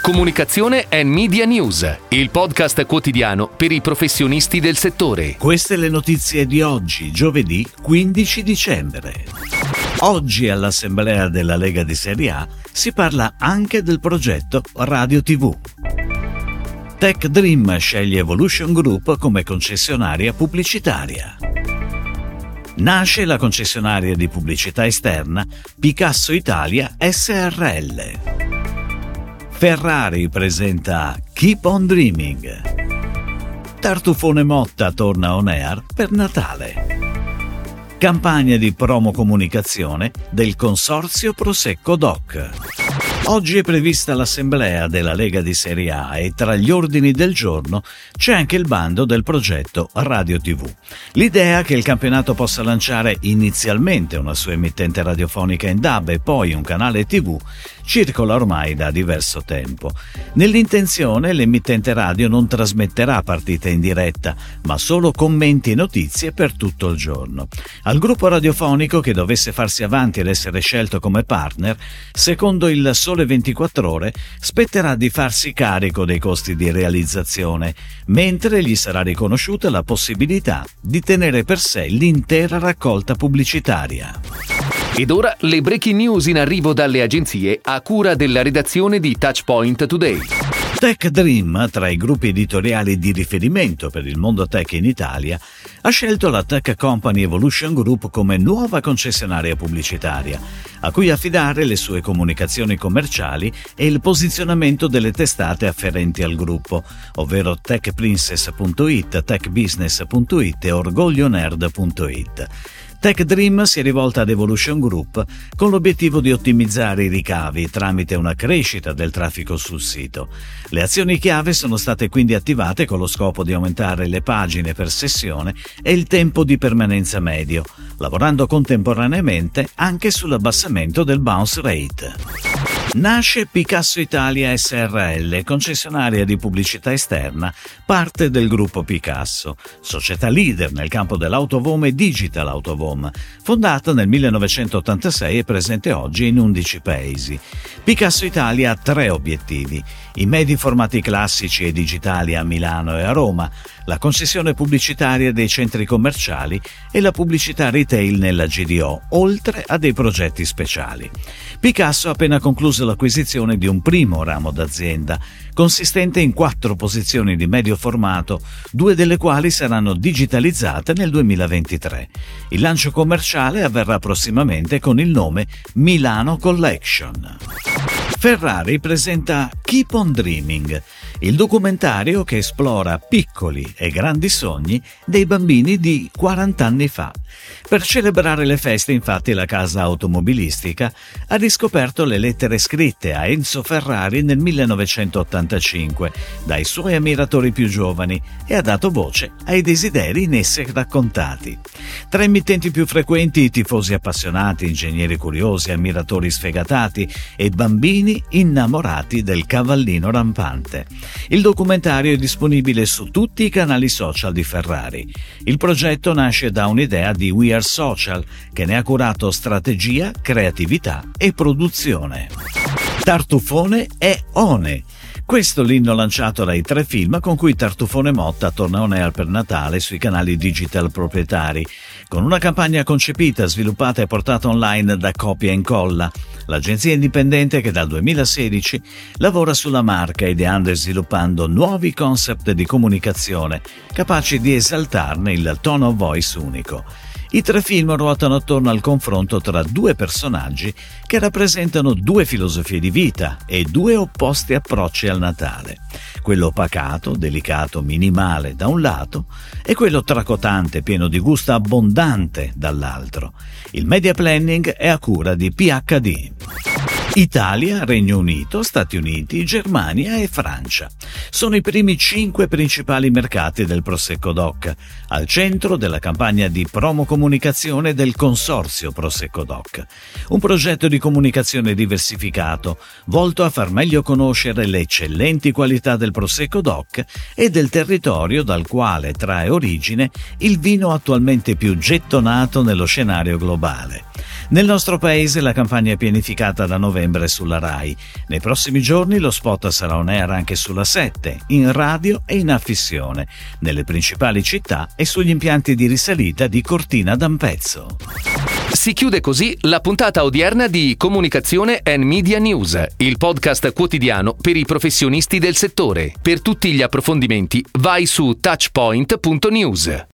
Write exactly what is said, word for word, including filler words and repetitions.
Comunicazione and Media News, il podcast quotidiano per i professionisti del settore. Queste le notizie di oggi, giovedì quindici dicembre. Oggi all'Assemblea della Lega di Serie A si parla anche del progetto Radio tivù. Tech Dream sceglie Evolution Group come concessionaria pubblicitaria. Nasce la concessionaria di pubblicità esterna Picasso Italia S R L. Ferrari presenta Keep on Dreaming. Tartufone Motta torna on air per Natale. Campagna di promo comunicazione del Consorzio Prosecco Doc. Oggi è prevista l'assemblea della Lega di Serie A e tra gli ordini del giorno c'è anche il bando del progetto Radio tivù. L'idea che il campionato possa lanciare inizialmente una sua emittente radiofonica in D A B e poi un canale tivù circola ormai da diverso tempo. Nell'intenzione l'emittente radio non trasmetterà partite in diretta, ma solo commenti e notizie per tutto il giorno. Al gruppo radiofonico che dovesse farsi avanti ed essere scelto come partner, secondo il Sole ventiquattro Ore, spetterà di farsi carico dei costi di realizzazione, mentre gli sarà riconosciuta la possibilità di tenere per sé l'intera raccolta pubblicitaria. Ed ora le breaking news in arrivo dalle agenzie a cura della redazione di Touchpoint Today. Tech Dream, tra i gruppi editoriali di riferimento per il mondo tech in Italia, ha scelto la tech company Evolution Group come nuova concessionaria pubblicitaria, a cui affidare le sue comunicazioni commerciali e il posizionamento delle testate afferenti al gruppo, ovvero tech princess punto it, tech business punto it e orgoglio nerd punto it. Tech Dream si è rivolta ad Evolution Group con l'obiettivo di ottimizzare i ricavi tramite una crescita del traffico sul sito. Le azioni chiave sono state quindi attivate con lo scopo di aumentare le pagine per sessione e il tempo di permanenza medio, lavorando contemporaneamente anche sull'abbassamento del bounce rate. Nasce Picasso Italia S R L, concessionaria di pubblicità esterna, parte del gruppo Picasso, società leader nel campo dell'autovome e digital autovome, fondata nel millenovecentottantasei e presente oggi in undici paesi. Picasso Italia ha tre obiettivi: i medi formati classici e digitali a Milano e a Roma, la concessione pubblicitaria dei centri commerciali e la pubblicità retail nella G D O, oltre a dei progetti speciali. Picasso ha appena concluso l'acquisizione di un primo ramo d'azienda, consistente in quattro posizioni di medio formato, due delle quali saranno digitalizzate nel duemilaventitré. Il lancio commerciale avverrà prossimamente con il nome Milano Collection. Ferrari presenta Keep on Dreaming, il documentario che esplora piccoli e grandi sogni dei bambini di quaranta anni fa. Per celebrare le feste, infatti, la casa automobilistica ha riscoperto le lettere scritte a Enzo Ferrari nel millenovecentottantacinque dai suoi ammiratori più giovani e ha dato voce ai desideri in esse raccontati. Tra i mittenti più frequenti, tifosi appassionati, ingegneri curiosi, ammiratori sfegatati e bambini innamorati del cavallino rampante. Il documentario è disponibile su tutti i canali social di Ferrari. Il progetto nasce da un'idea di We Are Social, che ne ha curato strategia, creatività e produzione. Tartufone è One. Questo l'inno lanciato dai tre film con cui Tartufone Motta torna on air per Natale sui canali digital proprietari, con una campagna concepita, sviluppata e portata online da Copia e Incolla, l'agenzia indipendente che dal duemilasedici lavora sulla marca, ideando e sviluppando nuovi concept di comunicazione capaci di esaltarne il tone of voice unico. I tre film ruotano attorno al confronto tra due personaggi che rappresentano due filosofie di vita e due opposti approcci al Natale. Quello pacato, delicato, minimale da un lato e quello tracotante, pieno di gusto abbondante dall'altro. Il media planning è a cura di P H D. Italia, Regno Unito, Stati Uniti, Germania e Francia. Sono i primi cinque principali mercati del Prosecco Doc, al centro della campagna di promo comunicazione del Consorzio Prosecco Doc. Un progetto di comunicazione diversificato, volto a far meglio conoscere le eccellenti qualità del Prosecco Doc e del territorio dal quale trae origine il vino attualmente più gettonato nello scenario globale. Nel nostro paese la campagna è pianificata da novembre novembre sulla Rai. Nei prossimi giorni lo spot sarà on air anche sulla sette, in radio e in affissione, nelle principali città e sugli impianti di risalita di Cortina d'Ampezzo. Si chiude così la puntata odierna di Comunicazione and Media News, il podcast quotidiano per i professionisti del settore. Per tutti gli approfondimenti vai su touchpoint punto news.